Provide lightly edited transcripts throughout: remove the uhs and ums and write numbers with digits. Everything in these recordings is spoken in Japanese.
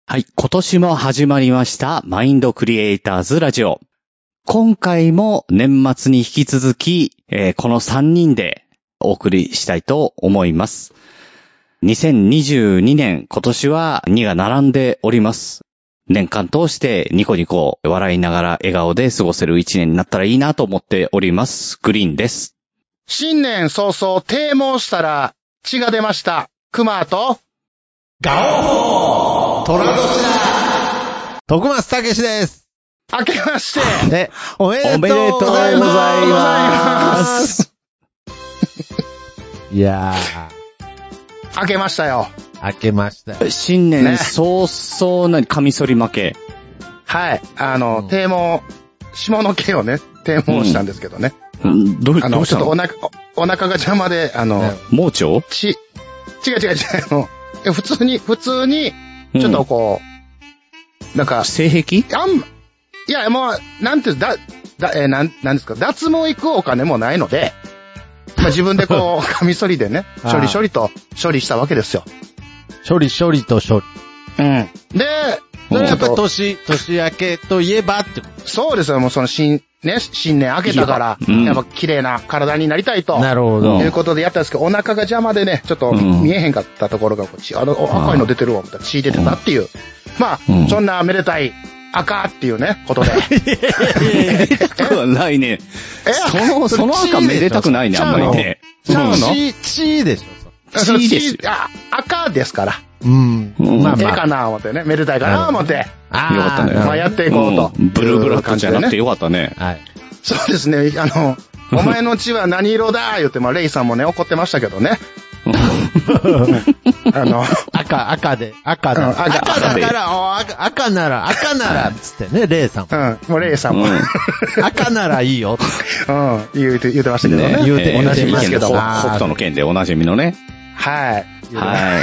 はい、今年も始まりましたマインドクリエイターズラジオ。今回も年末に引き続き、この3人でお送りしたいと思います。2022年、今年は2が並んでおります。年間通してニコニコ笑いながら笑顔で過ごせる1年になったらいいなと思っております。グリーンです。 新年早々低毛したら血が出ました。クマとガオートラドシだ徳松たけしです。 明けましておめでとうございます。いやー。明けましたよ。 明けましたよ。 新年早々なカミソリ負け。 はい。低毛、下の毛をね、低毛したんですけどね。 どうしたの？ ちょっとお腹が邪魔で、 盲腸？ 違う。普通に、ちょっとこう、なんか、 性癖？ いや、もう、なんていう、なんですか、脱毛行くお金もないので、まあ、自分でこう、カミソリでね、処理と処理したわけですよ。 処理と処理。 うん。で、 それやっぱ年明けといえばってこと？ そうですよ、もうその新年明けたから、やっぱ綺麗な体になりたいと。 なるほど。 いうことでやったんですけど、お腹が邪魔でね、ちょっと見えへんかったところが、赤いの出てるわ、みたいな血出てたっていう。まあ、そんなめでたい赤っていうね、ことで。 めでたくはないね。その赤めでたくないね、あんまりね。 血でしょ、 血ですよ。 赤ですから。 まあ、 かな思ってね、めでたいかな思って。 よかったね。 まあやっていこうと。 ブルーブラックじゃなくてよかったね。 はい。 そうですね、お前の血は何色だ言って、まあレイさんもね、怒ってましたけどね。 赤だから赤なら、つってね、レイさんも。 もうレイさんも。 赤ならいいよ。 言うてましたけどね。 言うて同じですけど。 北斗の剣でおなじみのね。 はい。 はい。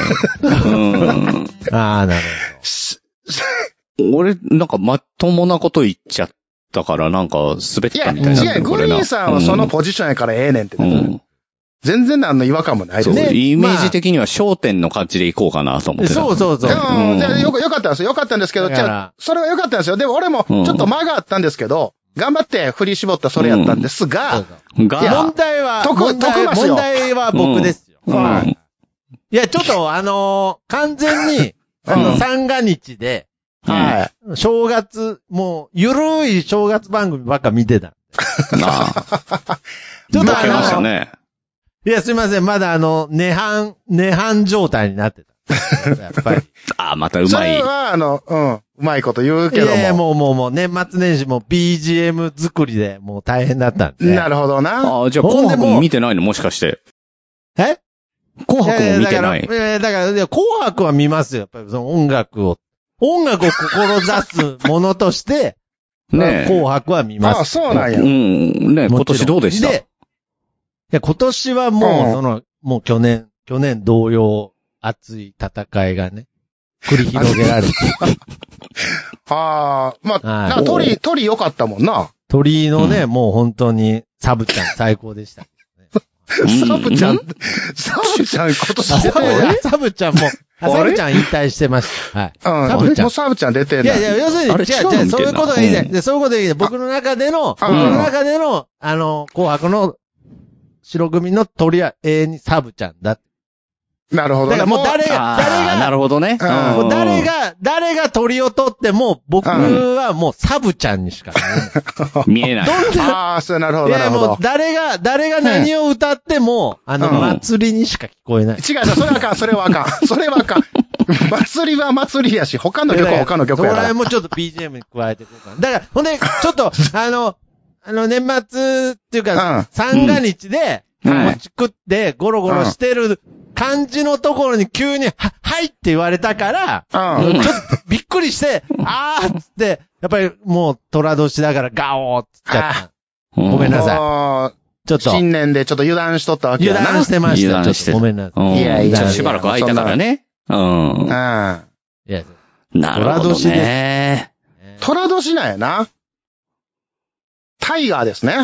なるほど。俺、なんかまともなこと言っちゃったから、なんか滑ったみたいな。 違う、グリーンさんはそのポジションやからええねんって。全然何の違和感もないですね。イメージ的には焦点の感じでいこうかなと思ってた。 そう。 よかったんですよ。よかったんですけど、それはよかったんですよ。でも俺もちょっと間があったんですけど、頑張って振り絞ったそれやったんですが、 問題は僕ですよ。いや、ちょっと完全に、三が日で、正月、もう、ゆるい正月番組ばっか見てた。 ちょっとましたね。 いや、すいません。まだ涅槃状態になってた。やっぱり。 またうまい。 それは、うまいこと言うけども。 いや、もう、年末年始も BGM 作りでもう大変だったんで。 なるほどな。 じゃあ、紅白も見てないのもしかして。紅白も見てない。 だから、紅白は見ますよ。やっぱりその音楽を志すものとして、ね、紅白は見ます。 そうなんや。 ね、今年どうでした？ いや、今年はもう、もう去年同様、熱い戦いがね、繰り広げられて。 まあ、鳥良かったもんな。 鳥のね、もう本当に、サブちゃん最高でした。 サブちゃん今年出てる。 サブちゃんも、サブちゃん引退してました。はい。 もうサブちゃん出てる。 いや、要するに、違う、そういうことがいいね。そういうことがいいね。僕の中での、紅白の白組の鳥は永遠にサブちゃんだ。 なるほどね。 だからもう誰が、 なるほどね。 誰が鳥を取っても、僕はもうサブちゃんにしか見えない。 そう、なるほど。 いや、もう誰が何を歌っても、祭りにしか聞こえない。 違う、それはあかん。祭りは祭りやし、他の曲は他の曲やから。 それもちょっと BGM に加えていこうかな。だから、ほんで、ちょっと、年末っていうか、三が日で、餅食ってゴロゴロしてる感じのところに急に、はいって言われたから、ちょっとびっくりして、つって、やっぱりもう虎年だからガオーって言っちゃった。ごめんなさい。ちょっと。 新年でちょっと油断しとったわけやな。 油断してました。ちょっとごめんなさい。 いや、しばらく空いたからね。 いや、 なるほどね。 虎年なんやな。タイガーですね。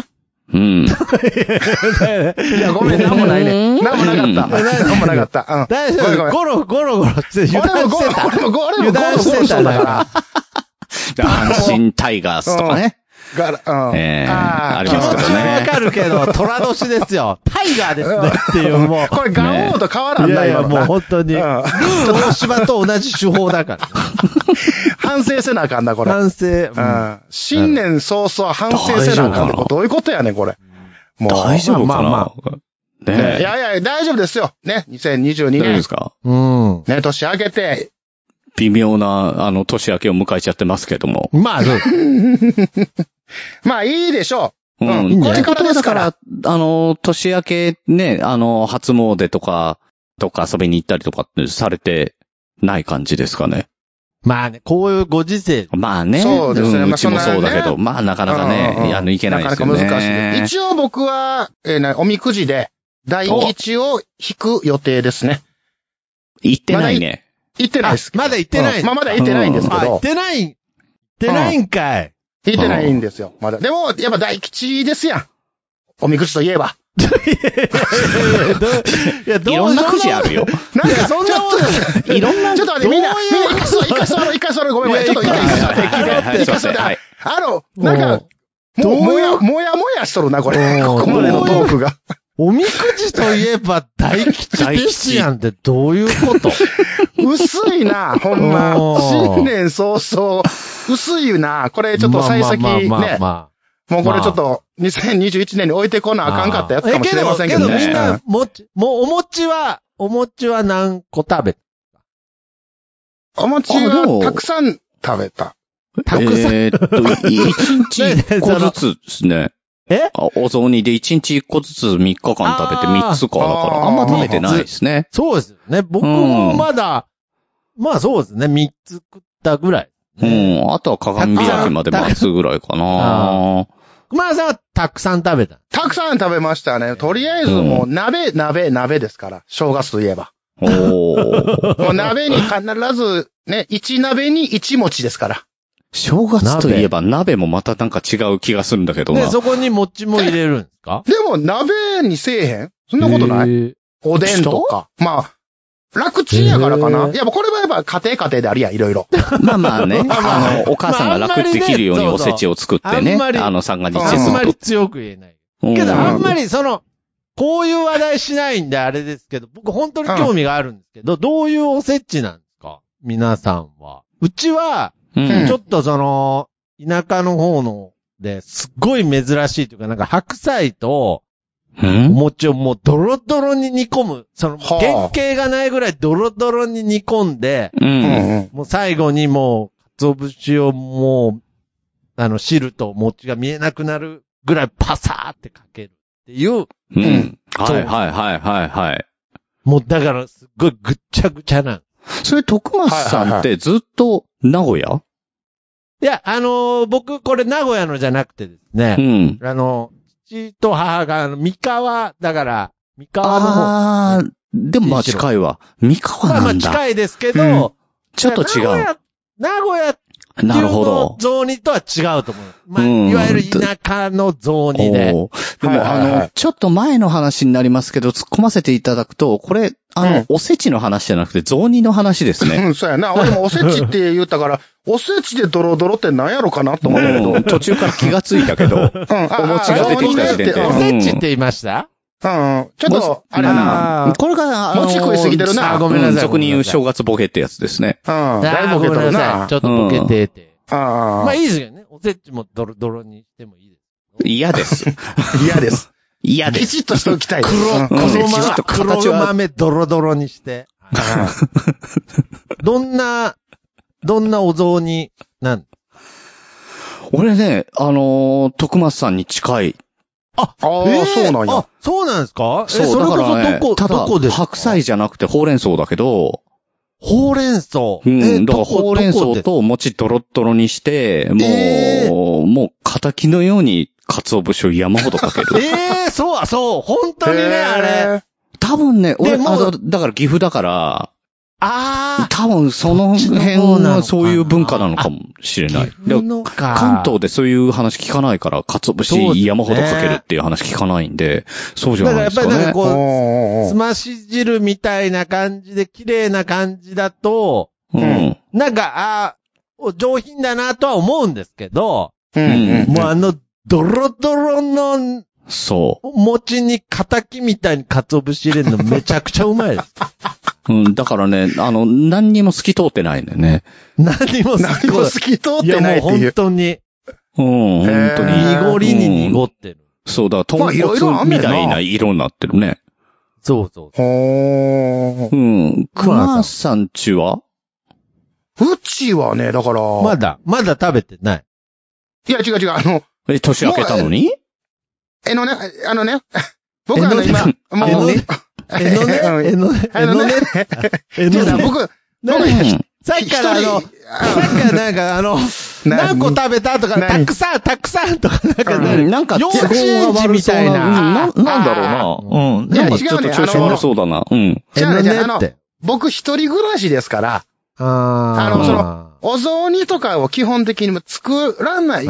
うん。 いや、ごめん、なんもないね。なんもなかった。なんもなかった。 大丈夫。ゴロゴロして油断してた。 俺もゴロゴロしてたから。 阪神タイガースとかね。ありますからね。 わかるけど、虎年ですよ。タイガーですねっていう、もう。 これ、ガオーと変わらんないよ。 もう本当に。ルー大柴と同じ手法だから。 反省せなあかんな、これ。 反省。 新年早々反省せなあかんってどういうことやねん、これ。 もう。大丈夫かなね。いや、大丈夫ですよ。ね、2022年。 大丈夫ですか？ ね、年明けて。 微妙な、年明けを迎えちゃってますけども。 まあ、 まあ、いいでしょう。これからですから、年明けね、初詣とか遊びに行ったりとかってされてない感じですかね。 まあね、こういうご時世。 まあね。 そうですね。 うちもそうだけど、まあなかなかね、いけないですよね。 なかなか難しいです。一応僕は、おみくじで、大吉を引く予定ですね。 行ってないね。 行ってないです。 まだ行ってない。 まだ行ってないんですけど。 行ってないんかい。 行ってないんですよ。まだ。でも、やっぱ大吉ですやん。おみくじといえば。 いろんなくじあるよ。 なんかそんなもんいろんな、ちょっと待って、みんな一回座ろう、ごめん。ちょっと一回座ろう。なんか、もやもやしとるな、これ。ここまでのトークが。 おみくじといえば大吉ですやんってどういうこと薄いな、ほんま。新年早々、薄いな。これちょっと幸先ね。もうこれちょっと2021年に置いてこなあかんかったやつかもしれませんけどね。 けどみんな、もうお餅は何個食べた？ お餅はたくさん食べた。 たくさん。1日1個ずつですね。お雑煮で1日1個ずつ3日間食べて3つか。だからあんま食べてないですね。 そうですよね。僕もまだ、まあそうですね。3つ食ったぐらい。 あとは鏡開きまで待つぐらいかな。 熊田さんはたくさん食べた。 たくさん食べましたね。とりあえずもう鍋ですから。正月といえば。もう鍋に必ず、ね、1鍋に1餅ですから。 正月といえば鍋もまたなんか違う気がするんだけどな。 で、そこに餅も入れるんですか？ でも鍋にせえへん？そんなことない？おでんとか。まあ、楽ちんやからかな。いや、これはやっぱ家庭であるやん、いろいろ。 まあね。お母さんが楽できるようにおせちを作ってね。三が日節あんまり強く言えない。けど、あんまりこういう話題しないんであれですけど、僕本当に興味があるんですけど、どういうおせちなんですか？皆さんは。うちは、ちょっと田舎の方で、すっごい珍しいというか、なんか白菜と、お餅をもうドロドロに煮込む。原型がないぐらいドロドロに煮込んで、もう最後にもう、鰹節をもう、汁と餅が見えなくなるぐらいパサーってかけるっていう。 はい。 もうだからすっごいぐっちゃぐちゃなん。 それ、徳松さんってずっと名古屋？ いや、僕これ名古屋のじゃなくてですね。父と母が、三河、だから、三河の方。 でもまあ近いわ。三河なんだ。 まあ近いですけど、 ちょっと違う。 名古屋っていうの雑煮とは違うと思う。まあ、いわゆる田舎の雑煮で。でもちょっと前の話になりますけど、突っ込ませていただくと、これ、おせちの話じゃなくて雑煮の話ですね。 そうやな。俺もおせちって言ったから、おせちでドロドロって何やろかなと思ったけど。 途中から気がついたけど。お餅が出てきた時点で。 おせちって言いました？ ちょっと、あれな。 これが、 餅食いすぎてるな。 ごめんなさい。 俗に言う正月ボケってやつですね。 だいぶボケてるな。 ちょっとボケてて。まあいいですよね。おせちもドロドロにしてもいいです。 嫌です。 嫌です。 嫌です。 きちっとしておきたい。 黒豆ドロドロにして。どんなお雑煮俺ね、徳松さんに近い。 そうなんや。 そうなんですか？ そう、だからね、ただ、 ですか？ 白菜じゃなくてほうれん草だけど、 ほうれん草。 だからほうれん草と餅ドロッドロにして、もう、仇のように鰹節を山ほどかける。 そう、本当にね、あれ。 多分ね、俺、だから岐阜だから、 多分その辺はそういう文化なのかもしれない。関東でそういう話聞かないから、鰹節山ほどかけるっていう話聞かないんで、そうじゃないですかね。 だからやっぱりなんかこう、すまし汁みたいな感じで綺麗な感じだと、なんか、上品だなとは思うんですけど、もうドロドロの、餅に仇みたいに鰹節入れるのめちゃくちゃうまいです。 だからね、何にも透き通ってないんだよね。 何も透き通ってないっていう。 いやもう本当に。 本当に。 濁りに濁ってる。 そうだ、豚骨みたいな色になってるね。 そうそう。 熊さんちは？ うちはね、だから。 まだ食べてない。 いや、違う。 年明けたのに？ 僕は今、もう、僕、 さっきから何個食べたとか、たくさんとか、 なんか、 幼稚園児みたいな。 なんだろうな。なんかちょっと調子悪そうだな。 僕一人暮らしですから、お雑煮とかを基本的に作らない。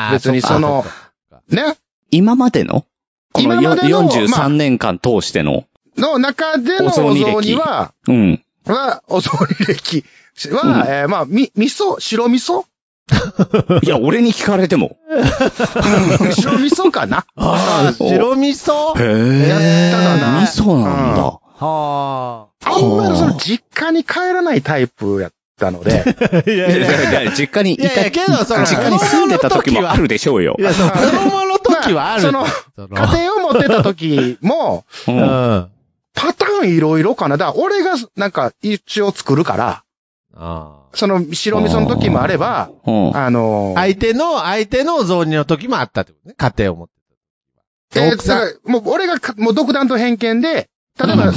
別にね。 今までのこの43年間通しての中でのお雑煮は、お雑煮歴は、白味噌いや、俺に聞かれても。 白味噌かな白味噌やったかな。 味噌なんだ。 あんまり実家に帰らないタイプやったので。 いや、実家に住んでた時もあるでしょうよ。 いや、子供の時はある。 家庭を持ってた時も、パターンいろいろかな。だから俺がなんか一応作るから、その白味噌の時もあれば、 相手のお雑煮の時もあったってことね。家庭を持ってた。 もう俺がもう独断と偏見で、例えば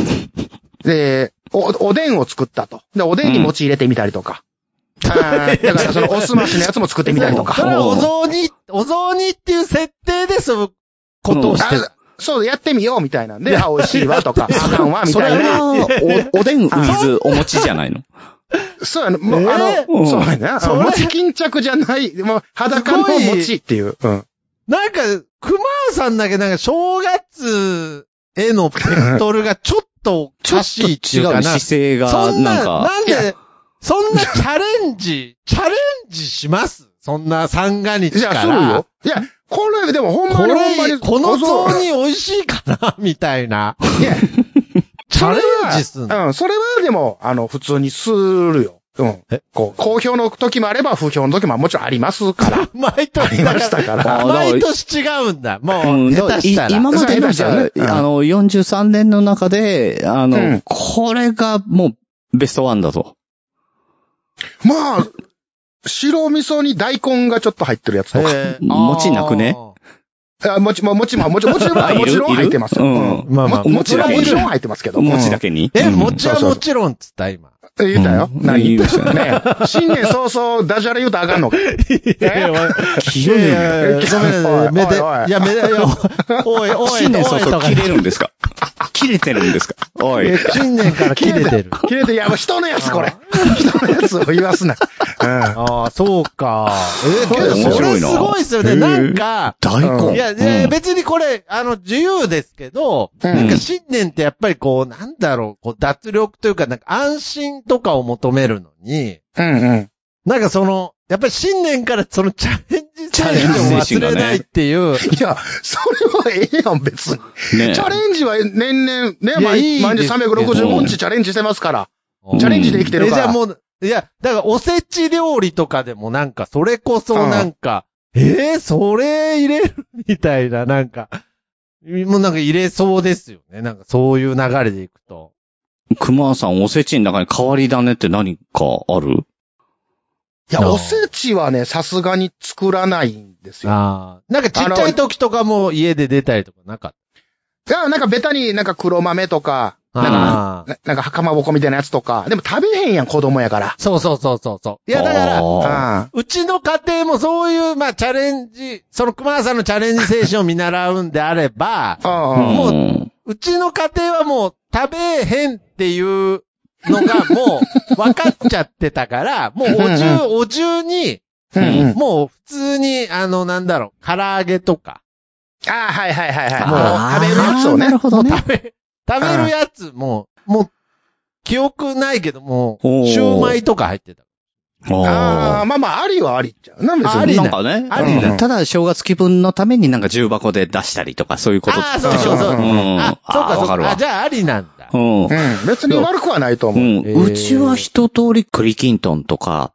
おでんを作ったと。で、おでんに餅入れてみたりとか。だからそのおすましのやつも作ってみたりとか。 それはお雑煮っていう設定でそういうことをしてる。 そう、やってみようみたいなんで、美味しいわとか、あかんわみたいな。 おでんウィズお餅じゃないの？ そうやね。もうそうやね。餅巾着じゃない、もう裸の餅っていう。 なんか、熊さんだけなんか正月へのベクトルがちょっとおかしいっていうかな。 姿勢がなんか。 なんで、そんなチャレンジしますそんな三が日から。いや、そうよ。 いや、これ、でもほんまに。 この雑煮美味しいかなみたいな。いや、チャレンジすんの？ それはでも、普通にするよ。好評の時もあれば、不評の時ももちろんありますから。 毎年。ありましたから。毎年違うんだ。もう、下手したら。 今までのじゃ43年の中で、これがもう、ベストワンだと。 まあ、白味噌に大根がちょっと入ってるやつとか。 餅なくね？ もちろん入ってますよ。もちろん入ってますけど。 餅だけに？ 餅はもちろんっつった今。 言ったよ。何言いましたね。新年早々ダジャレ言うとあかんのか。 切れる。 いや、おい、 新年早々切れるんですか？切れてるんですか？おい。 新年から切れてる。 いや、人のやつこれ。人のやつを言わすな。 ああ、そうか。 面白いな。 すごいですよね。なんか。 大根。 いや、別にこれ、自由ですけど、なんか新年ってやっぱりこう、なんだろう、脱力というか、なんか安心とかを求めるのに、なんかやっぱり新年からそのチャレンジ精神を忘れないっていう。 いや、それはええやん、別に。チャレンジは年々、ね、毎日365日チャレンジしてますから。チャレンジで生きてるから。 じゃあもう、いや、だからおせち料理とかでもなんか、それこそなんか、それ入れるみたいな、なんか、もうなんか入れそうですよね。なんかそういう流れでいくと。 熊さん、おせちの中に変わり種って何かある？ いや、おせちはね、さすがに作らないんですよ。 なんかちっちゃい時とかも家で出たりとかなかった？ いや、なんかベタになんか黒豆とか、なんか袴ぼこみたいなやつとか、でも食べへんやん、子供やから。 そう。いや、だから、うちの家庭もそういう、まあ、チャレンジ、その熊さんのチャレンジ精神を見習うんであれば、もう、うちの家庭はもう、食べへんっていうのがもう分かっちゃってたから、もうお重に、もう普通に、なんだろう、唐揚げとか。 ああ、はいはいはいはい。もう食べるやつをね。 なるほどね。 食べるやつもう、記憶ないけども、シューマイとか入ってた。 ああ、まあまあ、ありはありっちゃうな、別に。 ありなんかね。 ありだ。 ただ、正月気分のためになんか重箱で出したりとか、そういうこと。 ああ、そう。あ、そうかそうか。じゃあありなんだ。 別に悪くはないと思う。 うちは一通り栗きんとんとか、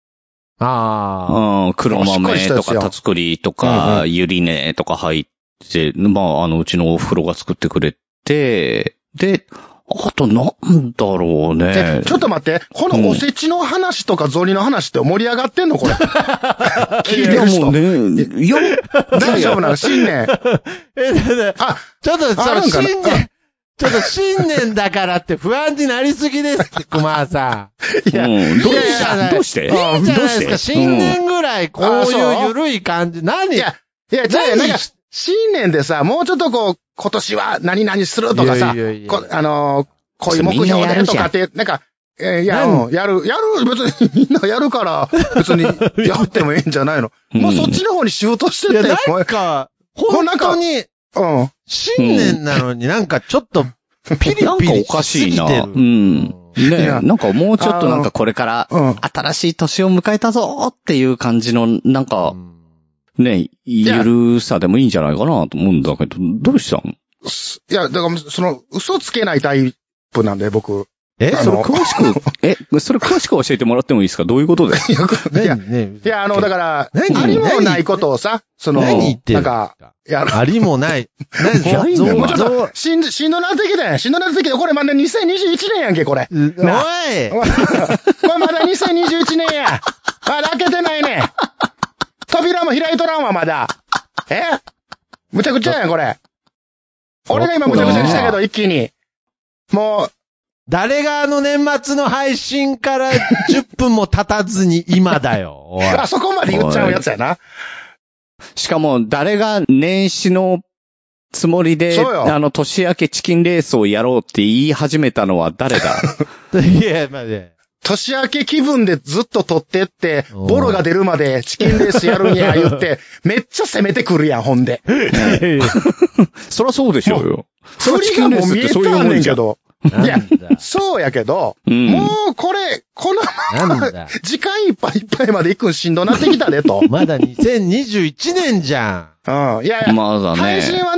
黒豆とか、たつくりとか、ゆりねとか入って、まあ、うちのお風呂が作ってくれて、で、あと、なんだろうね。 ちょっと待って、このおせちの話とかゾリの話って盛り上がってんのこれ。聞いてる人。 いや、 大丈夫なの新年。 ちょっと、新年だからって不安になりすぎですって、熊さん。いや、どうしていいじゃないですか、新年ぐらいこういうゆるい感じ。何いや、なんか、新年でさ、もうちょっとこう、今年は何々するとかさ、こういう目標でとかって、なんか、やる、別にみんなやるから、別にやってもいいんじゃないの。もうそっちの方にシュートしてって。 なんか、本当に、新年なのになんかちょっと、ピリピリなんかおかしいな。ねなんかもうちょっとなんかこれから、新しい年を迎えたぞっていう感じの、なんか、ね、ゆるさでもいいんじゃないかなと思うんだけど、どうしたん？ いや、だから、嘘つけないタイプなんで、僕。 それ詳しく教えてもらってもいいですか？どういうことですか？ いや、だから、ありもないことをさ、 何言ってるんですか？ありもない。 もうちょっと、しんどなってきたやん。しんどなってきて、これまだ2021年やんけ、これ。 おいこれまだ2021年や。まだ開けてないね。扉も開いとらんわ、まだ。むちゃくちゃやん、これ。俺が今むちゃくちゃにしたけど、一気に。もう。 誰が年末の配信から10分も経たずに今だよ。 そこまで言っちゃうやつやな。 しかも、誰が年始のつもりで、年明けチキンレースをやろうって言い始めたのは誰だ？ いや、まで。 年明け気分でずっと撮ってって、ボロが出るまでチキンレースやるんや、言って、めっちゃ攻めてくるやん、ほんで。 そりゃそうでしょうよ。 それがもう見えたんねんけど。いや、そうやけど、もうこのまま、時間いっぱいいっぱいまで行くんしんどなってきたでと。 まだ2021年じゃん。いや、 まだね。 配信は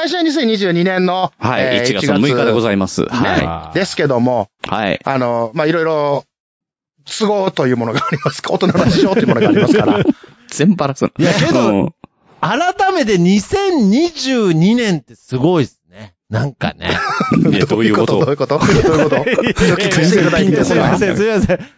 2022年の、 1月6日でございます。 はい。ですけども、 はい。 まあ、いろいろ、都合というものがありますか、大人の事情というものがありますから。 全バラす。 いや、けど、改めて2022年ってすごいっすね。なんかね。 どういうことどういうことドキッとしていただいて。 すいません。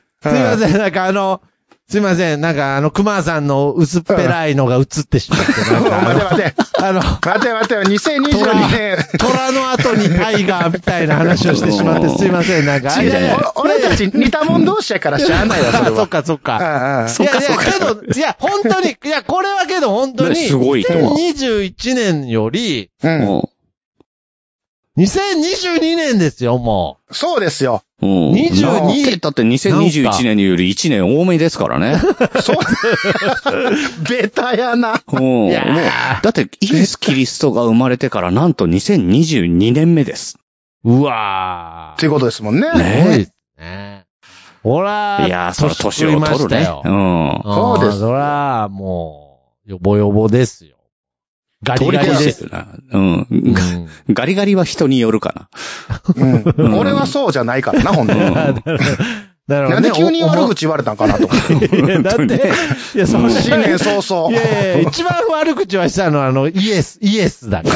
すいません。なんか熊さんの薄っぺらいのが映ってしまって。 待て。2022年。 虎の後にタイガーみたいな話をしてしまってすいません。なんか。 俺たち似たもん同士やからしゃあないわ、それは。 そっか。いや、本当に、これはけど本当に、2021年より、2022年ですよ、もう。そうですよ。 22。 だって2021年より1年多めですからね。 そう。ベタやな。 もう、だってイエス・キリストが生まれてからなんと2022年目です。 うわー。っていうことですもんね。 すごいですね。ほら、 いやー、それ年を取るね。 そうです。 そら、もう、よぼよぼですよ。ガリガリです。 ガリガリは人によるかな。俺はそうじゃないからな、ほんとに。なんで急に悪口言われたんかなと思って。 だって、いや、 新年早々。 いや、一番悪口はしたのは、イエスだから。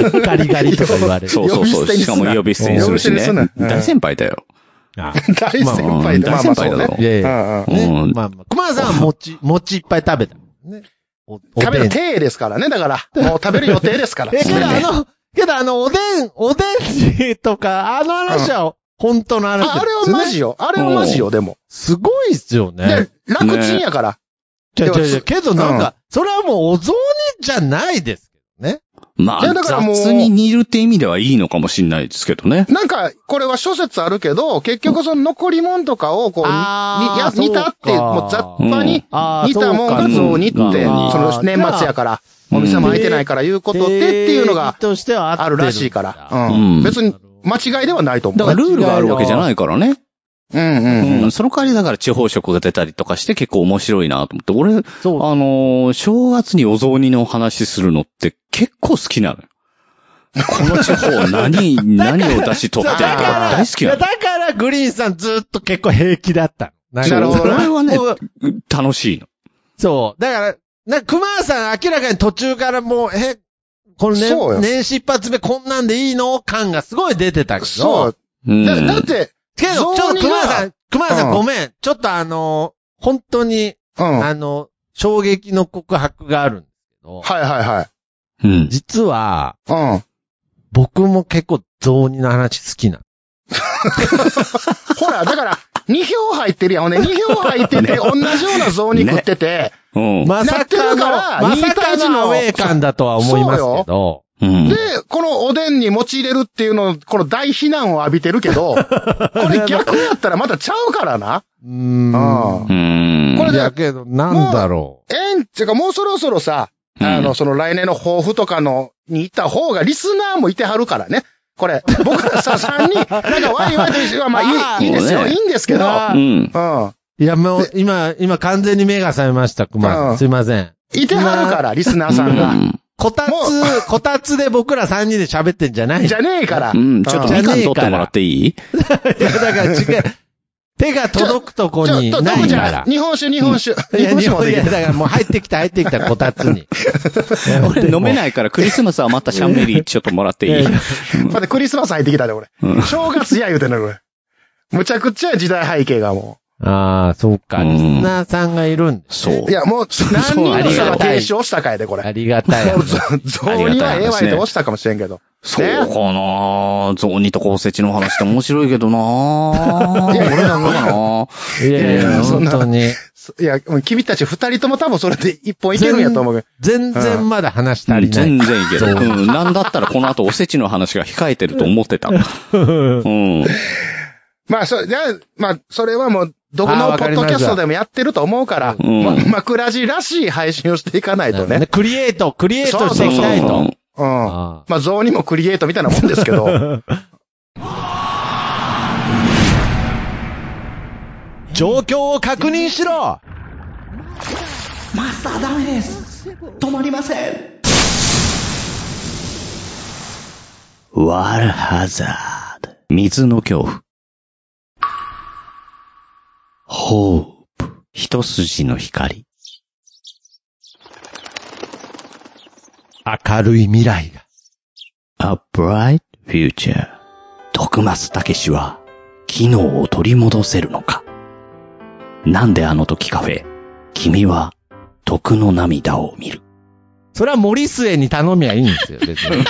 ガリガリとか言われる。 そう。しかも呼び捨てにするしね。大先輩だよ。 大先輩だ。 大先輩だぞ。 いや。熊さんは餅いっぱい食べた。 食べる体ですからね、だから。もう食べる予定ですから。 けどおでんとか、話は本当の話。 あれはマジよ、でも。 すごいっすよね。 楽ちんやから。 けどなんか、それはもうお雑煮じゃないですけどね。 まあ、雑に煮るって意味ではいいのかもしれないですけどね。 なんか、これは諸説あるけど、結局その残り物とかをこう、煮たって、もう雑把に煮たもんが雑煮って、その年末やから、お店も開いてないから言うことでっていうのがあるらしいから。別に間違いではないと思う。 だからルールがあるわけじゃないからね。その代わりだから地方食が出たりとかして結構面白いなと思って。俺、正月にお雑煮の話するのって結構好きなのよ。この地方何を出し取ってるか大好きなの。 だからグリーンさんずっと結構平気だった。 なるほど。それはね、楽しいの。 そう。だから、熊さん明らかに途中からもう、この年始一発目こんなんでいいの感がすごい出てたけど。 そう。だって、 けど、ちょっと熊さんごめん。ちょっと本当に、衝撃の告白があるんですけど。 はい。 実は、僕も結構雑煮の話好きな。 ほら、だから、2票入ってるやん。2票入ってて、同じような雑煮食ってて、 まさかのアウェー感だとは思いますけど。 で、このおでんに用いれるっていうのを、この大非難を浴びてるけど、これ逆やったらまたちゃうからな。 これだけど、なんだろう。っていうかもうそろそろさ、その来年の抱負とかに行った方がリスナーもいてはるからね。これ、僕らさ、3人、なんかワイワイと一緒は、まあいいですよ。いいんですけど。 いや、もう、今完全に目が覚めました、熊。すいません。 いてはるから、リスナーさんが。 こたつで僕ら3人で喋ってんじゃない。 じゃねえから。 ちょっとみかん取ってもらっていい？いや、だから違う。手が届くとこにないから。 日本酒。いや、だからもう入ってきた、こたつに。 俺飲めないからクリスマスはまたシャンメリーちょっともらっていい？ またクリスマス入ってきたで、俺。正月や言うてんの、俺。むちゃくちゃ時代背景がもう。 ああ、そうか。リスナーさんがいるんです。 そう。 いや、もう、何人の提唱したかやで、これ。 ありがたい。 雑煮はええわいで押したかもしれんけど。 そうかな雑煮とおせちの話って面白いけどないや、俺なんかないや、本当に。 いや、君たち二人とも多分それで一本いけるんやと思う。 全然まだ話足りない。 全然いける。なんだったらこの後おせちの話が控えてると思ってた。 まあ、それはもう、どこのポッドキャストでもやってると思うから、枕地らしい配信をしていかないとね。 クリエイトしていきたいと。 まあ、雑煮もクリエイトみたいなもんですけど。 状況を確認しろ！ マスターダメです。止まりません。 ワールハザード。水の恐怖。ホープ。一筋の光。 明るい未来が。 A bright future。徳増たけしは、機能を取り戻せるのか。なんであの時カフェ、君は、徳の涙を見る。 それは森末に頼みゃいいんですよ、別に。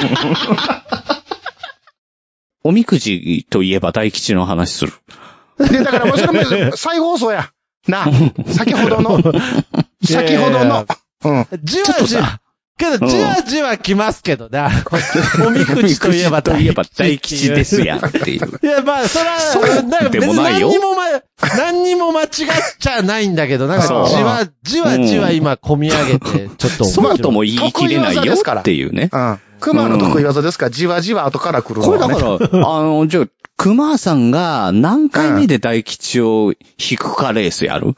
おみくじといえば大吉の話する。 で、だからもちろん再放送や。な、先ほどの。じわじわ。けど、じわじわ来ますけどな。おみくじといえば大吉ですやんっていう。 いや、まあ、そら、 でもないよ。 何にも間違っちゃないんだけど、なんか、じわ今込み上げて、ちょっと。 そうとも言い切れないよっていうね。 熊の得意技ですから、じわじわ後から来るのはね。これだから、じゃあ、熊さんが何回目で大吉を引くかレースやる？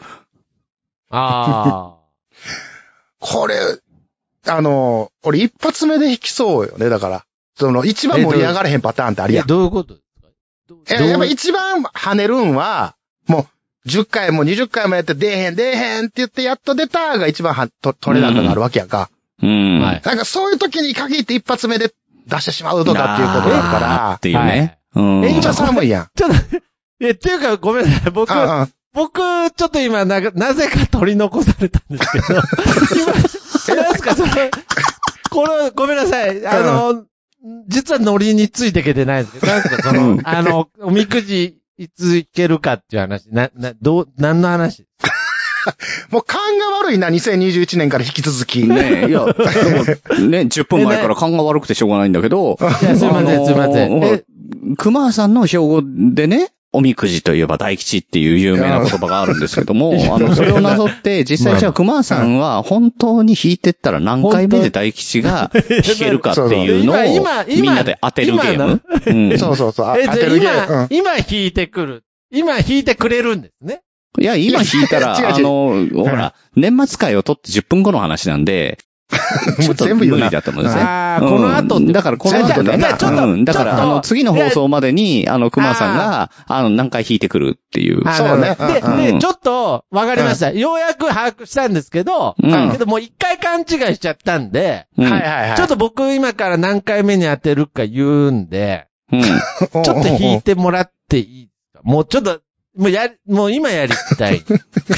これ、俺一発目で引きそうよね、だから。一番盛り上がれへんパターンってありやん。 どういうことですか？ やっぱ一番跳ねるんは、もう、10回も20回もやって出えへんって言ってやっと出たが一番取れなくなるわけやんか。なんかそういう時に限って一発目で出してしまうとかっていうことだから。 っていうね。 めっちゃ寒いやん。 ちょっと、っていうかごめんなさい。僕、ちょっと今、なぜか取り残されたんですけど。なんすか、ごめんなさい。実はノリについてけてないんですけど、なんすか、おみくじ、いついけるかっていう話、何の話もう勘が悪いな、2021年から引き続き。 ねいや、でもね、10分前から勘が悪くてしょうがないんだけど。 いや、すいません、すいません。 熊さんの標語でね、おみくじといえば大吉っていう有名な言葉があるんですけども、それをなぞって、実際じゃあ熊さんは本当に引いてったら何回目で大吉が引けるかっていうのをみんなで当てるゲーム。 そうそうそう、当てるゲーム。 今引いてくる。今引いてくれるんですね。 いや、今引いたら、ほら、年末会を取って10分後の話なんで、ちょっと無理だと思うんですね。 この後だからこの後ね、だから次の放送までに、熊さんが、何回引いてくるっていう。 そうね。 で、ちょっと、わかりました。ようやく把握したんですけど、けどもう一回勘違いしちゃったんで、ちょっと僕今から何回目に当てるか言うんで、ちょっと引いてもらっていいですか？もうちょっと、もう今やりたい。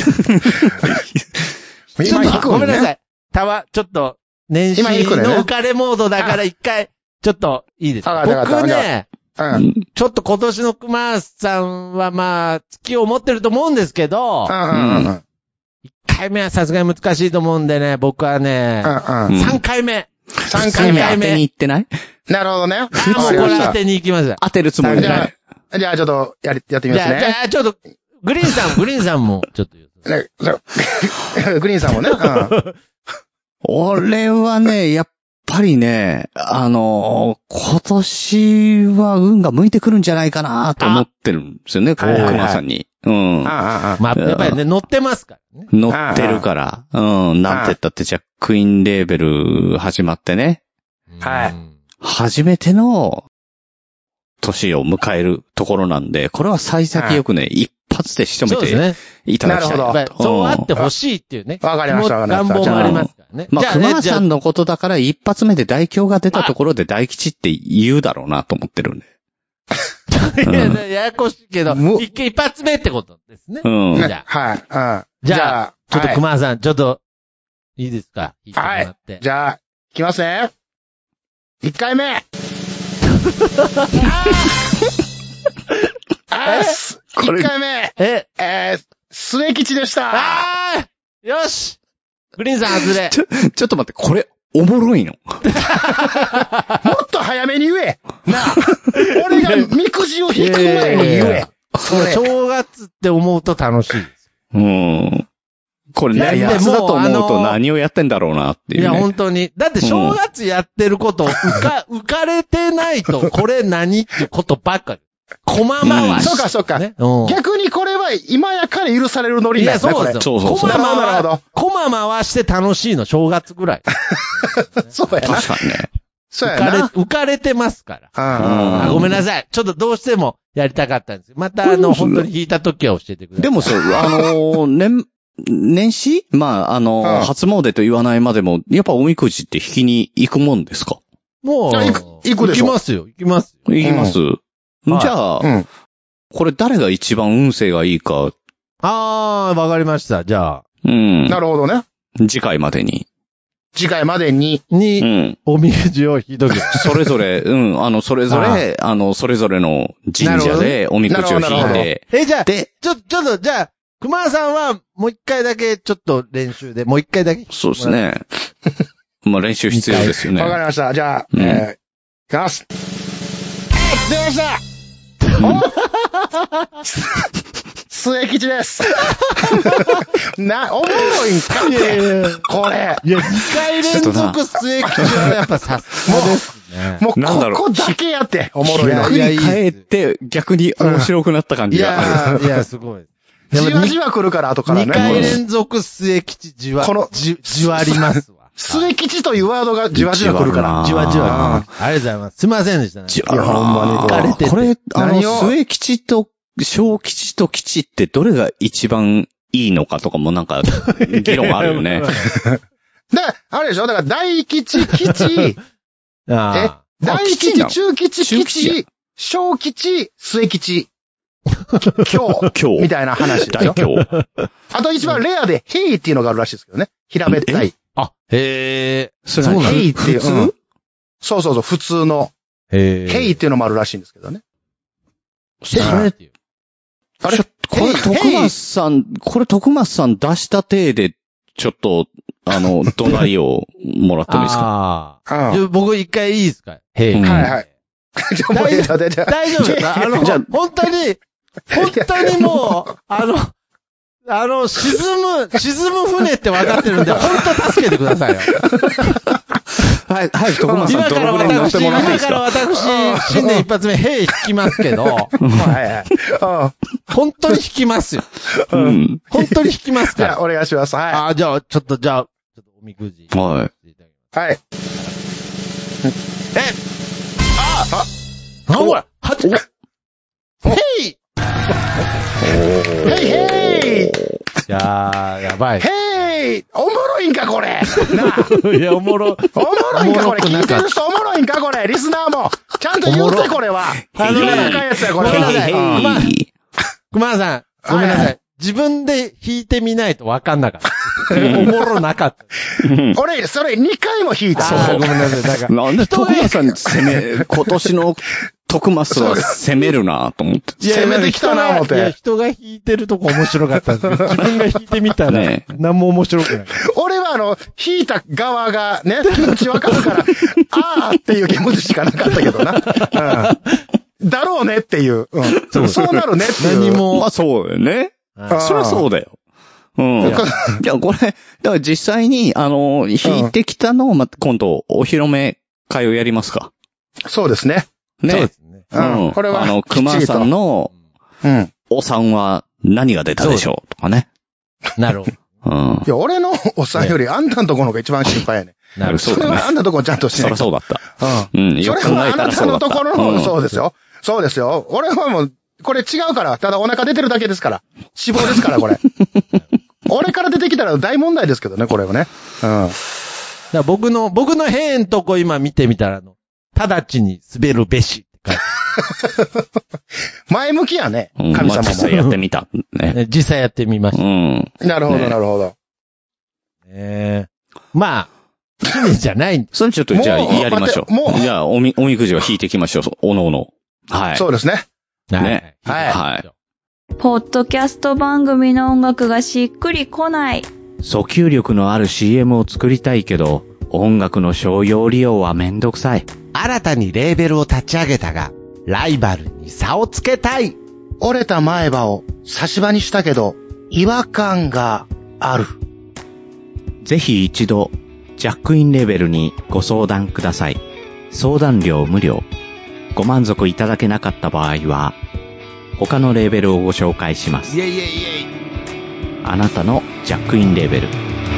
ちょっと、ごめんなさい。ちょっと、年始の浮かれモードだから一回、ちょっといいですか？僕ね、ちょっと今年の熊さんはまあ、月を持ってると思うんですけど、1回目はさすがに難しいと思うんでね、僕はね、3回目。 3回目当てに行ってない？ なるほどね。 もうこれ当てに行きます。 当てるつもりで。 じゃあちょっと、やってみますね。 じゃあちょっと、グリーンさんも、ちょっと言う。グリーンさんもね。 俺はね、やっぱりね、今年は運が向いてくるんじゃないかなと思ってるんですよね、熊さんに。 まあ、やっぱりね、乗ってますからね。 乗ってるから。なんて言ったって、じゃあ、クイーンレーベル始まってね。 はい。 初めての年を迎えるところなんで、これは幸先よくね、一発で仕留めていただきたい。 なるほど。そうあってほしいっていうね。 わかりました、 願望もありますからね。 まあ、熊さんのことだから一発目で大凶が出たところで大吉って言うだろうなと思ってるんで。 ややこしいけど、一発目ってことですね。 じゃあ、 じゃあ、ちょっと熊さん、ちょっと、いいですか？ はい。じゃあ、いきますね。1回目。1回目。末吉でした。 よしグリーンさん外れ。 ちょっと待って、これ、おもろいのもっと早めに言えなあ俺がみくじを引く前に言え正月って思うと楽しいです。 これ年末だと思うと何をやってんだろうなっていう、ね。 いや、本当に。だって正月やってること、浮かれてないと、これ何っていうことばっかり。駒回し。 そうか。逆にこれは今やから許されるノリなんですね。 そうですよ。駒回して楽しいの、正月ぐらい。 そうやな。 確かにね。 そうやな。 浮かれてますから。ごめんなさい。ちょっとどうしてもやりたかったんですまた本当に弾いた時は教えてください。 でもそう、年始初詣と言わないまでも、やっぱおみくじって引きに行くもんですか？ もう、 行くでしょ。 行きますよ。 行きます。じゃあ、これ誰が一番運勢がいいか。 わかりました。じゃあ。 なるほどね。 次回までに、 おみくじを引いとけ。 それぞれ、それぞれの神社でおみくじを引いて。 じゃあ、ちょっと、じゃあ、熊さんはもう一回だけちょっと練習で、もう一回だけ。 そうですね。まあ練習必要ですよね。 わかりました。じゃあ、いきます。出ました末吉です。おもろいんかってこれ。 いや、2回連続末吉はやっぱさすがですね。 もうここだけやって、おもろいの。 振り返って逆に面白くなった感じがある。 いや、すごい。 じわじわ来るから、後からね。 2回連続末吉じわりますわ。 末吉というワードがじわじわ来るから。 じわじわ。ありがとうございます。すいませんでしたね。 いや、ほんまに。これ、末吉と小吉と吉ってどれが一番いいのかとかもなんか、議論あるよね。 あれでしょだから大吉、吉、大吉、中吉、吉、小吉、末吉。今日みたいな話でしょあと一番レアで、ヘイっていうのがあるらしいですけどね。平べったい。 へー。 そうなんヘイっていう、そう、普通の。ヘイっていうのもあるらしいんですけどね。 あれこれ、徳松さん出した体で、ちょっと、怒鳴りをもらってもいいですか？ 僕一回いいですか？へい。 はいはい。 大丈夫ですか？本当にもう、沈む船って分かってるんで、本当助けてくださいよ。 はい、徳松さん、ドラムに乗せてもらっていいですか？ 今から私、新年一発目、兵引きますけど、本当に引きますよ。本当に引きますから。 お願いします。はい。 じゃあ、ちょっとおみくじ。 はい。はい。 なんこれヘイヘイやばい。 ヘイおもろいんか、これいや、おもろいんか、 これ聞いてる人おもろいんか、これリスナーもちゃんと言うて、これは言わなあかんやつや、これは。 熊田さん、ごめんなさい。自分で弾いてみないと分かんなかった。おもろなかった。 俺、それ2回も弾いた。 ごめんなさい。 なんで徳松さん今年の徳松は攻めるなと思って。 攻めてきたな思って。いや、 人が弾いてるとこ面白かったんですけど、自分が弾いてみたら、何も面白くない。 俺は弾いた側がね、気持ちわかるから、あーっていう気持ちしかなかったけどな。だろうねっていう。そうなるねっていう。 何も。まあそうだよね。そりゃそうだよ。いや、これ、だから実際に、弾いてきたのを、今度、お披露目会をやりますか。 そうですね。 ね。 そうですね。これは、 熊さんの、お産は何が出たでしょうとかね。 なるほど。 いや、俺のお産よりあんたのところが一番心配やね。 なるほど。 それはあんたのところちゃんとしないと。 そりゃそうだった。それはあなたのところの、そうですよ。そうですよ。俺はもう、これ違うから、ただお腹出てるだけですから。脂肪ですから、これ。俺から出てきたら大問題ですけどね、これはね。 だ僕の変んとこ今見てみたら、直ちに滑るべしって書いて前向きやね、神様も。 実際やってみた。 実際やってみました。 なるほど、なるほど。 まあ、記念じゃない。 それちょっとじゃあやりましょう。じゃあおみくじを引いていきましょう、おのおの。はい。 そうですね。 ね。 はい。 ポッドキャスト番組の音楽がしっくりこない。 訴求力のある CM を作りたいけど、音楽の商用利用はめんどくさい。 新たにレーベルを立ち上げたが、ライバルに差をつけたい。 折れた前歯を差し歯にしたけど、違和感がある。 ぜひ一度、ジャックインレーベルにご相談ください。相談料無料。ご満足いただけなかった場合は、他のレーベルをご紹介します。あなたのジャックインレーベル。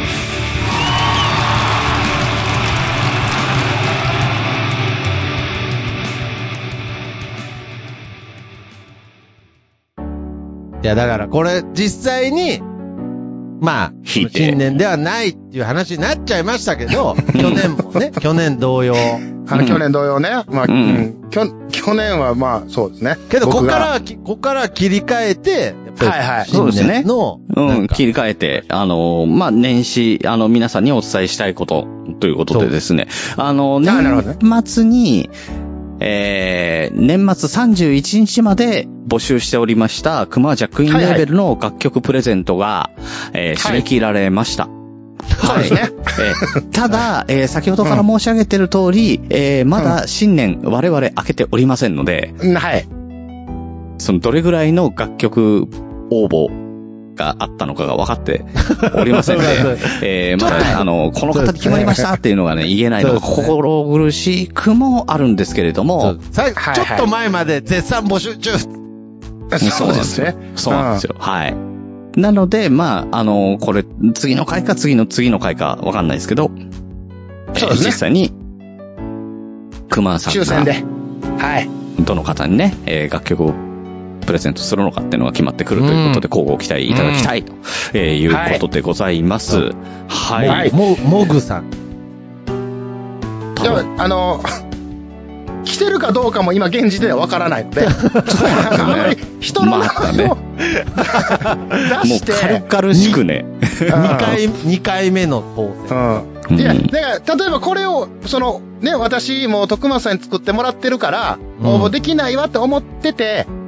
いや、だからこれ実際に、まあ、新年ではないっていう話になっちゃいましたけど、去年もね、去年同様。 去年同様ね。まあ、去年はまあ、そうですね。 けど、ここから切り替えて、 はい。 そうですね。切り替えて、まあ、年始、皆さんにお伝えしたいことということでですね。年末に、年末31日まで募集しておりました熊ジャックインレーベルの楽曲プレゼントが、締め切られました。 そうですね。 ただ、先ほどから申し上げている通り、まだ新年我々開けておりませんので、 はい。 そのどれぐらいの楽曲応募があったのかが分かっておりませんので、まだ、この方に決まりましたっていうのがね、言えないのが心苦しくもあるんですけれども、 ちょっと前まで絶賛募集中。 そうですね。 そうなんですよ。はい。なので、まあ、これ、次の回か次の回か分かんないですけど、 そうですね。 実際に、熊さんが、 抽選で、はい。 どの方にね、楽曲をプレゼントするのかっていうのが決まってくるということで、交互期待いただきたいということでございます。はい。 モグさん。 いや、来てるかどうかも今現時点ではわからないので、あまり人の名前を出して、 もう軽々しくね、 2回目の当選。 いや、だから、例えばこれを、ね、私も徳松さんに作ってもらってるから、応募できないわって思ってて、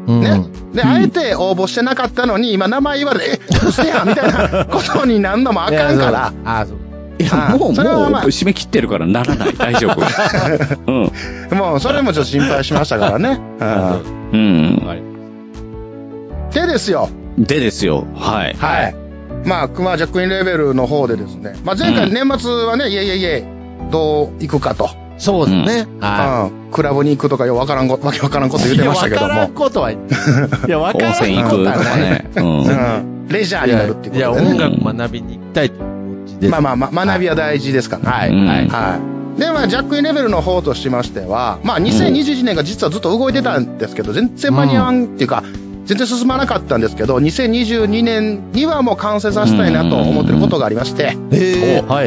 ね。で、あえて応募してなかったのに、今名前言われて、うせやみたいなことになんのもあかんから。 いや、もう締め切ってるからならない。大丈夫。 もう、それもちょっと心配しましたからね。でですよ。 はい。 はい。まあ、ジャックインレーベルの方でですね。まあ、前回年末はね、どう行くかと。 そうですね。 クラブに行くとかわけわからんこと言ってましたけども。 わからんことは。いや、わからんことは。 温泉行くとかね。 レジャーになるっていうことで。 いや、音楽学びに行きたいという気持ちです。 まあ、学びは大事ですからね。はい。で、まあ、ジャックインレベルの方としましては、まあ、2021年が実はずっと動いてたんですけど、全然間に合わんっていうか、全然進まなかったんですけど、2022年にはもう完成させたいなと思ってることがありまして。 はい。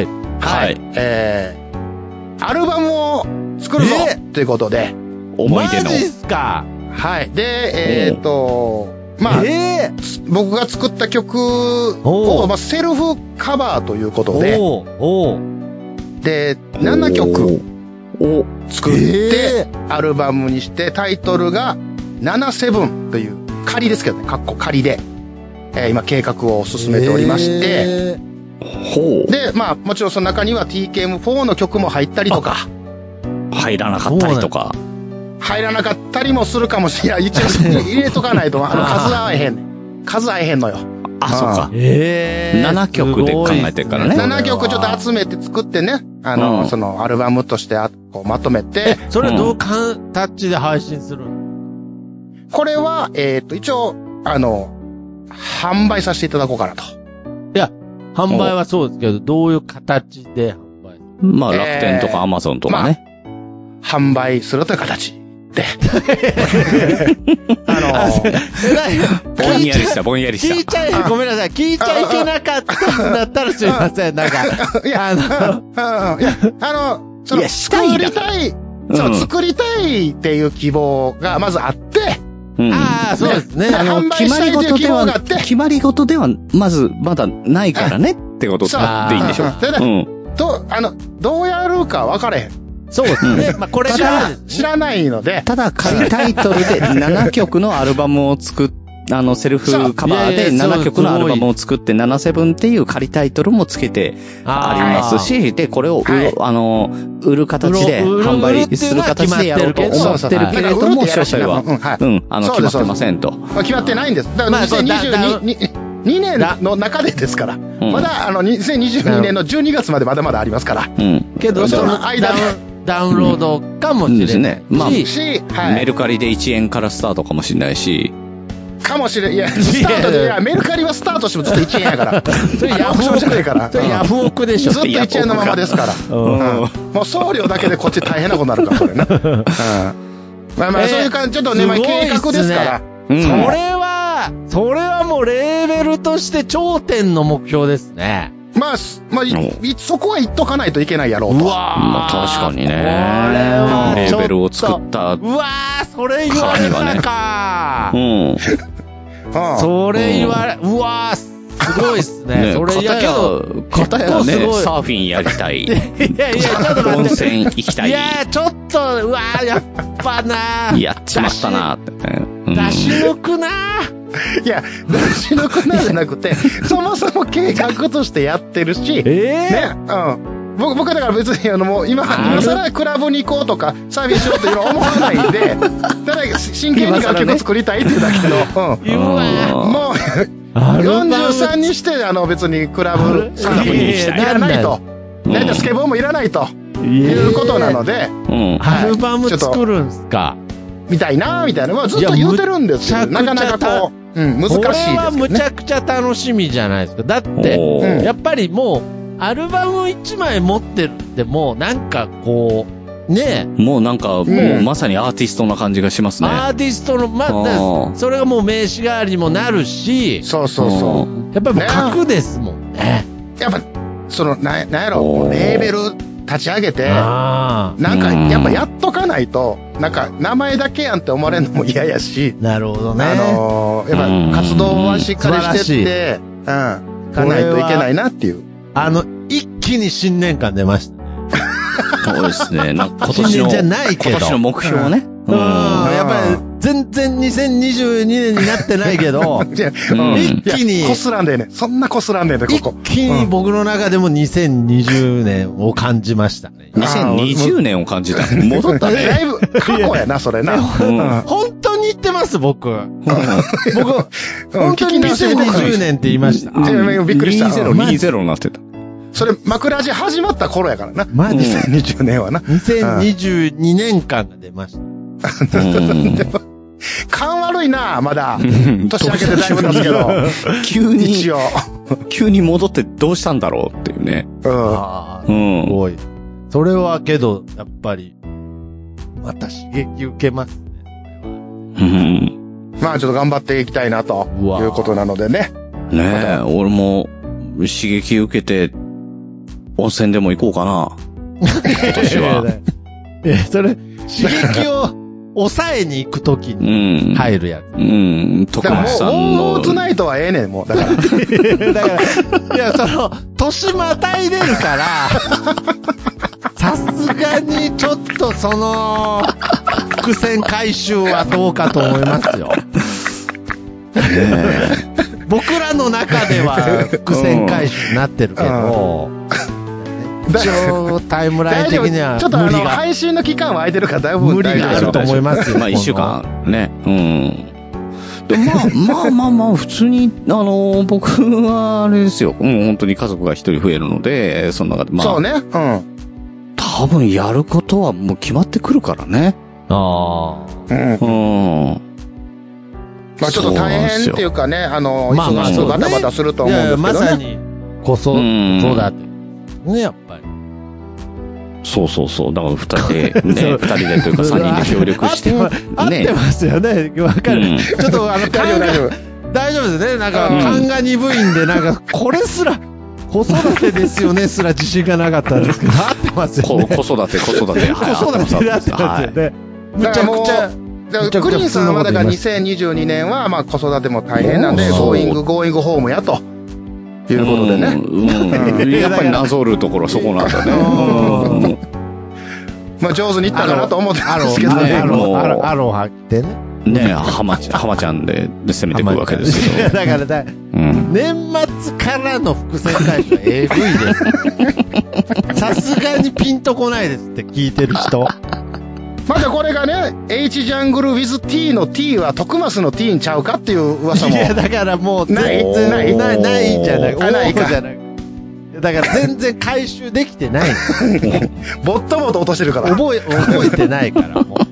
アルバムを作るぞということで。 思い出の。 マジっすか。 はい。で、まあ、僕が作った曲を、まあ、セルフカバーということで、で、7曲を作って、アルバムにして、タイトルが、77という、仮ですけどね、仮で、今計画を進めておりまして、で、まあ、もちろんその中には TKM4 の曲も入ったりとか。 入らなかったりとか。 入らなかったりもするかもしれない。一応入れとかないと、数合えへんのよ。 あ、そうか。7曲で考えてるからね。 7曲ちょっと集めて作ってね、そのアルバムとしてこうまとめて。 それどう形で配信するの？ これは、一応、販売させていただこうかなと。 いや、販売はそうですけど、どういう形で販売？ まあ、楽天とかアマゾンとかね。 販売するという形で。 ぼんやりした。 ごめんなさい。聞いちゃいけなかったんだったらすいません。なんか、 作りたいっていう希望がまずあって、 そうですね。 決まり事では、まず、まだないからねってことでいいんでしょう。 どうやるか分かれへん。 そうですね。まあ、これから知らないので。 ただ、仮タイトルで7曲のアルバムを作って、セルフカバーで7曲のアルバムを作って77っていう仮タイトルもつけてありますし、で、これを売る形で、販売する形でやろうと思ってるけれども、詳細は、決まってませんと。 決まってないんです。だから2022年の中でですから。まだ、2022年の12月までまだまだありますから。 けど、その間で、ダウンロードかもしれないですね。 まあ、メルカリで1円からスタートかもしれないし、 かもしれん。いや、スタートで、いや、メルカリはスタートしてもずっと1円やから。それヤフオクじゃないから。 それヤフオクでしょ。 ずっと1円のままですから。もう送料だけでこっち大変なことになるから、これな。まあまあ、そういう感じ、ちょっとね、まあ計画ですから。 それはもうレーベルとして頂点の目標ですね。 まあ、そこは言っとかないといけないやろうと。 まあ確かにね。これはレーベルを作った。 うわー、それ言われたか。それ言われ、うわー、すごいっすね。それやけど、 片やね、サーフィンやりたい。いや、ちょっと待って。温泉行きたい。 いや、ちょっと、うわー、やっぱなやっちまったなって。 出し抜くな。 いや、出し抜くなじゃなくて、そもそも計画としてやってるし、ね、僕だから別にもう今更クラブに行こうとか、サービスしようというのは思わないで、ただ真剣に楽曲を作りたいっていうだけの、もう、43にして別にクラブサーフィンいらないと。だいたいスケボーもいらないと。いうことなので、 アルバム作るんすかみたいな、ずっと言うてるんですよ。なかなか難しいですけどね。これはむちゃくちゃ楽しみじゃないですか。だって、やっぱりもう、アルバム1枚持ってるってもう、なんかこう、ねえ。もうなんか、もうまさにアーティストな感じがしますね。 アーティストの、それがもう名刺代わりにもなるし、 そう。 やっぱりもう格ですもんね。 やっぱ、なんやろ、レーベル立ち上げて、なんか、やっぱやっとかないと、なんか、名前だけやんって思われるのも嫌やし、 なるほどね。 やっぱ活動はしっかりしてって、かないといけないなっていう。 一気に新年感出ました。 そうですね。今年の、じゃないけど。 今年の目標ね。 やっぱり全然2022年になってないけど、一気に。 こすらんでね。そんなこすらんでね、ここ。 一気に僕の中でも2020年を感じましたね。 2020年を感じた。戻ったね。 だいぶ過去やな、それな。 本当に言ってます、僕。本当に2020年って言いました。 びっくりした。 2020になってた。 それ、枕地始まった頃やからな。2020年はな。 2022年間が出ました。 勘悪いな、まだ。年明けてだいぶ経つけど。 急に戻ってどうしたんだろうっていうね。 すごい。それはけど、やっぱり、また刺激受けますね。まあちょっと頑張っていきたいな、ということなのでね。 ねえ、俺も刺激受けて、温泉でも行こうかな。今年は。 それ、刺激を抑えに行くときに入るやつ。 徳松さんの。ウォーズナイトはええねん、もう。だから。 いや、年またいでるから、さすがにちょっと伏線回収はどうかと思いますよ。僕らの中では伏線回収になってるけど、一応タイムライン的にはちょっと配信の期間は空いてるからだいぶ無理があると思いますよ。 まあ1週間ね。でまあ普通に僕はあれですよ。本当に家族が一人増えるので、その中でまあそうね。 多分やることはもう決まってくるからね。 まあちょっと大変っていうかね、忙しくバタバタすると思うんですけどね。 まさにそうだって。ね、やっぱり。 そう。だから二人でというか三人で協力して。 合ってますよね。わかる。ちょっと大丈夫ですね。なんか、勘が鈍いんで、なんか、これすら、子育てですよねすら自信がなかったんですけど、合ってますよね。 子育て。 子育てになってますよね。むちゃくちゃ。 クリーンさんはだから2022年は、まあ子育ても大変なんで、ゴーイングホームやと。いうことでね。 やっぱりなぞるところそこなんだね。 まあ上手にいったかなと思ってたんですけどね。 アロハ着てね。 ねえ、浜ちゃんで攻めていくわけですけど。 だから年末からの伏線回収は AV です。さすがにピンとこないですって聞いてる人。 まだこれがね、H ジャングル with T の T は徳増の T にちゃうかっていう噂も。 いや、だからもう、ないんじゃない。ないか。だから全然回収できてない。 ぼっとぼっと落としてるから。 覚えてないから、もう。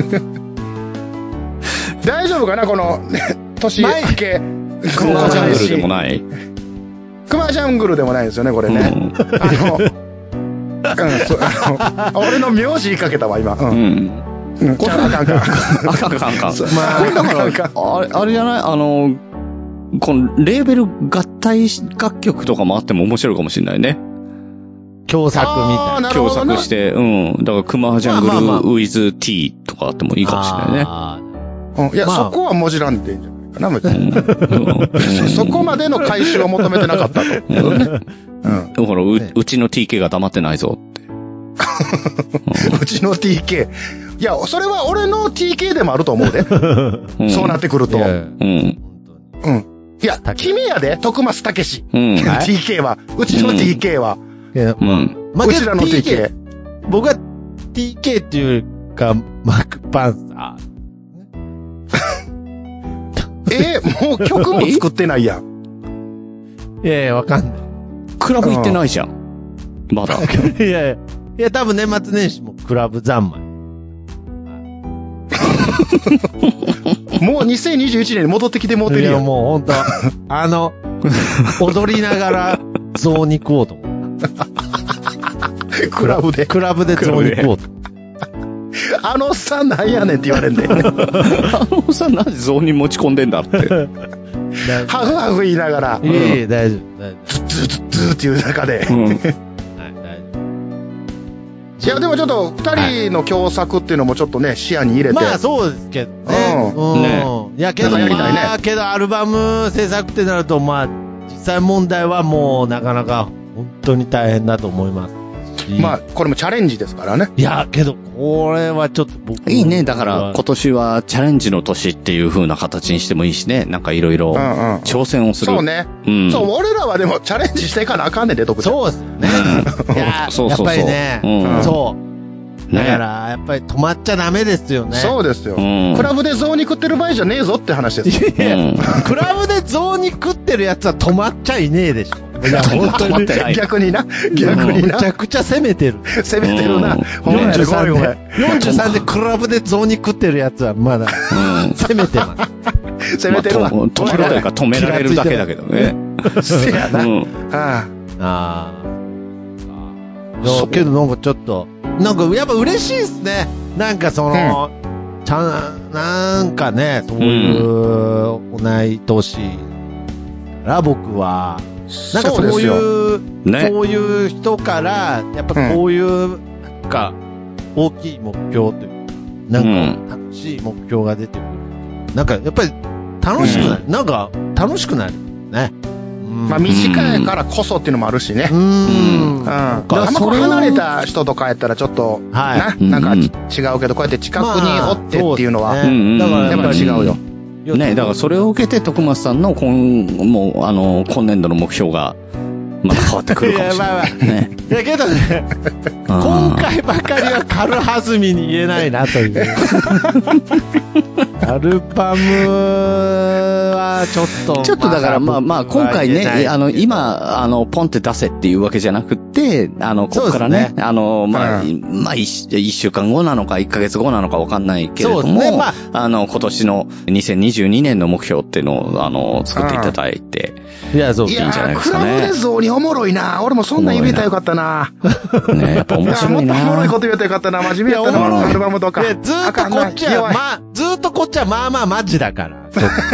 大丈夫かなこの、年明け。 クマジャングルでもない。 クマジャングルでもないですよね、これね。俺の名字言いかけたわ、今。これあかん。 だから、あれじゃないこのレーベル合体楽曲とかもあっても面白いかもしれないね。 共作みたいな。 共作して、だからクマジャングル with T とかあってもいいかもしれないね。 いや、そこはもじらんでいいんじゃないかな、そこまでの回収を求めてなかったと。 ほら、うちの TK が黙ってないぞって。 うちの TK。いや、それは俺の TK でもあると思うで。そうなってくると。いや、君やで、徳増武史。TK は。うちの TK は。うちらの TK。 僕は TK っていうか、マックパンサー。もう曲も作ってないやん。 いやいや、わかんない。 クラブ行ってないじゃん。まだ。 いや、多分年末年始もクラブ三昧。 もう2021年に戻ってきてもうてるやん。 いや、もうほんと、踊りながらゾウに食おうと思う。 クラブでゾウに食おうと。 あのおっさんなんやねんって言われんで。 あのおっさんなんでゾウに持ち込んでんだって。 ハフハフ言いながら。 いや大丈夫。ズーっていう中で。いや、でもちょっと、二人の共作っていうのもちょっとね、視野に入れて。 まあ、そうですけどね。いや、けど、アルバム制作ってなると、まあ、実際問題はもう、なかなか、本当に大変だと思います。 まあ、これもチャレンジですからね。 いや、けど、これはちょっと僕いいね。だから、今年はチャレンジの年っていう風な形にしてもいいしね。なんかいろいろ挑戦をする。 そうね。そう、俺らはでもチャレンジしていかなあかんねんで、特に。 そうですよね。いや、やっぱりね、そう。だから、やっぱり止まっちゃダメですよね。 そうですよ。クラブで雑煮食ってる場合じゃねえぞって話ですよ。 クラブで雑煮食ってるやつは止まっちゃいねえでしょ。いや、本当に。 逆にな。逆にな。 めちゃくちゃ攻めてる。 攻めてるな。 43でクラブで雑煮食ってるやつはまだ、攻めてます。 攻めてるわ。 止められるか止められるだけだけどね。 せやな。 ああ。けどなんかちょっと、なんかやっぱ嬉しいですね。なんかその、なんかね、そういう同い年ら僕は、なんかそういう、そういう人から、やっぱこういう、なんか、大きい目標というか、なんか楽しい目標が出てくる。なんかやっぱり楽しくなる。なんか楽しくなる。ね。 まあ短いからこそっていうのもあるしね。あんまこう離れた人とかやったらちょっと、なんか違うけど、こうやって近くにおってっていうのは、やっぱり違うよ。 ね、だからそれを受けて徳松さんの今年度の目標が、また変わってくるかもしれない。ね。 だけどね、今回ばかりは軽はずみに言えないなという。アルバムはちょっとだからまあ今回ね、今、ポンって出せっていうわけじゃなくて、ここからね、1週間後なのか1ヶ月後なのかわかんないけれども、今年の2022年の目標っていうのを、作っていただいて、いいんじゃないですかね。 クラブで雑煮おもろいな。俺もそんなん言えたらよかったな。 ね、やっぱ面白いな。 もっとおもろいこと言えたらよかったな。真面目やったな、アルバムとか。 ずっとこっちはまあまあマジだから。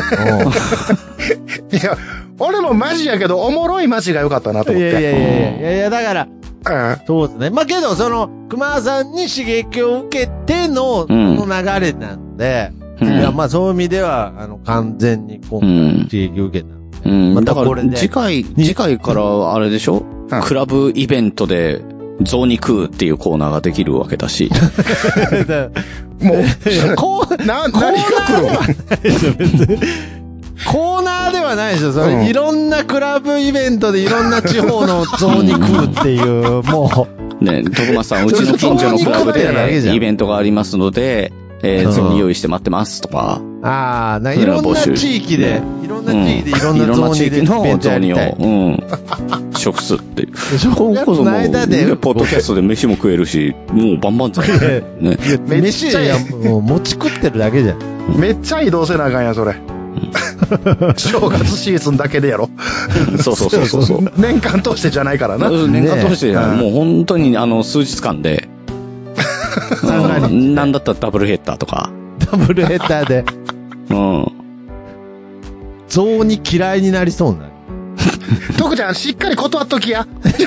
いや、俺もマジやけど、おもろいマジがよかったなと思って。 いや、だから、そうですね。まあけど、熊さんに刺激を受けての、この流れなんで、いや、まあそういう意味では、完全に今回刺激を受けた。 だから、次回からあれでしょ、クラブイベントで、雑煮食うっていうコーナーができるわけだし。 もう、何が来るのコーナーではないでしょ。いろんなクラブイベントでいろんな地方の雑煮食うっていう、もう。ね、徳松さん、うちの近所のクラブでイベントがありますので、雑煮用意して待ってますとか。 いろんな地域で、いろんな地域の雑煮を、食すっていう。 この間で、 ポッドキャストで飯も食えるし、もうバンバンざね。 飯や、もう餅食ってるだけじゃん。 めっちゃ移動せなあかんや、それ。正月シーズンだけでやろ。 そう。 年間通してじゃないからな。 年間通してじゃない。もう本当に数日間で。なんだったらダブルヘッダーとか。 ダブルヘッダーで。雑煮嫌いになりそうな。 徳ちゃん、しっかり断っときや。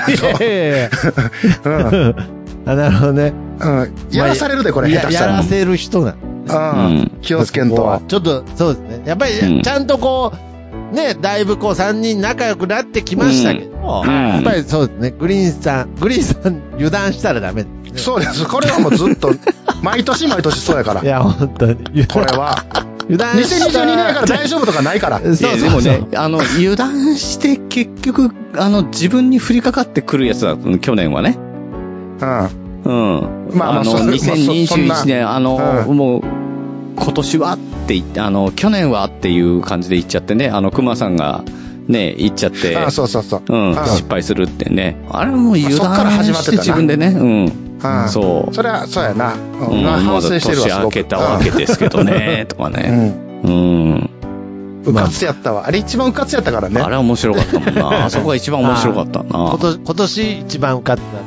なるほどね。 やらされるで、これ、下手したら。 やらせる人な。 気をつけんと。 ちょっと、そうですね。やっぱり、ちゃんとこう、ね、だいぶ3人仲良くなってきましたけど、やっぱりそうですね、グリーンさん油断したらダメですね。 そうです。これはもうずっと、毎年そうやから。 いや、本当に。 これは。2022年から大丈夫とかないから。 でもね、油断して結局、自分に降りかかってくるやつだ、去年はね。2021年、もう、今年はって言って、去年はっていう感じで言っちゃってね、熊さんがね、言っちゃって、 そう。 失敗するってね。あれも油断して自分でね、そう。 それは、そうやな。 反省してるわ、年明けたわけですけどね、とかね。 うかつやったわ。あれ一番うかつやったからね。 あれ面白かったもんな。あそこが一番面白かったな。 今年一番うかつだった。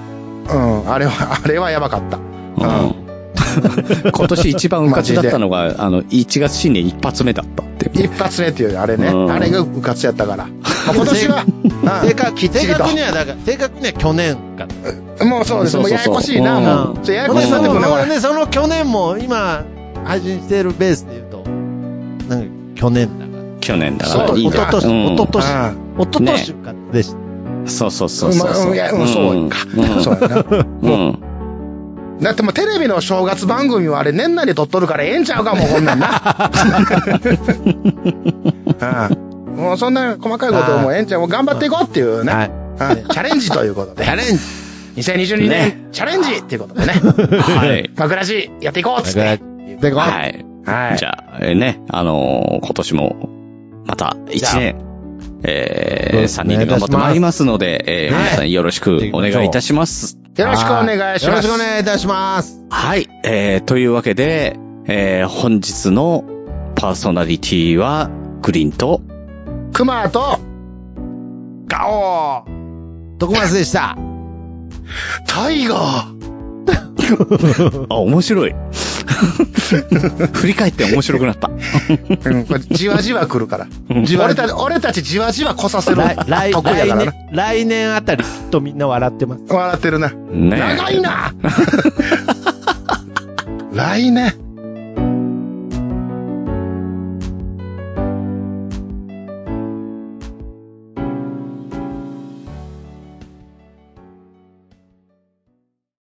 あれはやばかった。 今年一番うかつだったのが、1月新年一発目だったっていう。 一発目っていう、あれね。あれがうかつやったから。今年は、 正確には去年か。 もうそうです。もうややこしいな、もう。ややこしいなってもね、その去年も、今、配信しているベースで言うと、なんか、去年だから。 去年だから。 おととしかでした。 そうそうそうそう。 いや、そうか。そうやな。だってもうテレビの正月番組はあれ年内で撮っとるからええんちゃうかもうこんなんな。もうそんな細かいこともええんちゃう。もう頑張っていこうっていうね。チャレンジということで。 チャレンジ。 2022年チャレンジっていうことでね。 はい。 枕地やっていこうっつって。 はい。はい。じゃあ、ね、今年もまた1年、3人で頑張ってまいりますので、皆さんよろしくお願いいたします。 よろしくお願いします。 よろしくお願いいたします。 はい。というわけで、本日のパーソナリティは、グリーンと、 クマと、 ガオー徳松でした。 タイガーあ、面白い。振り返って面白くなった。これじわじわ来るから。俺たちじわじわ来させる。得意やからな。 来年あたりきっとみんな笑ってます。 笑ってるな。長いな来年。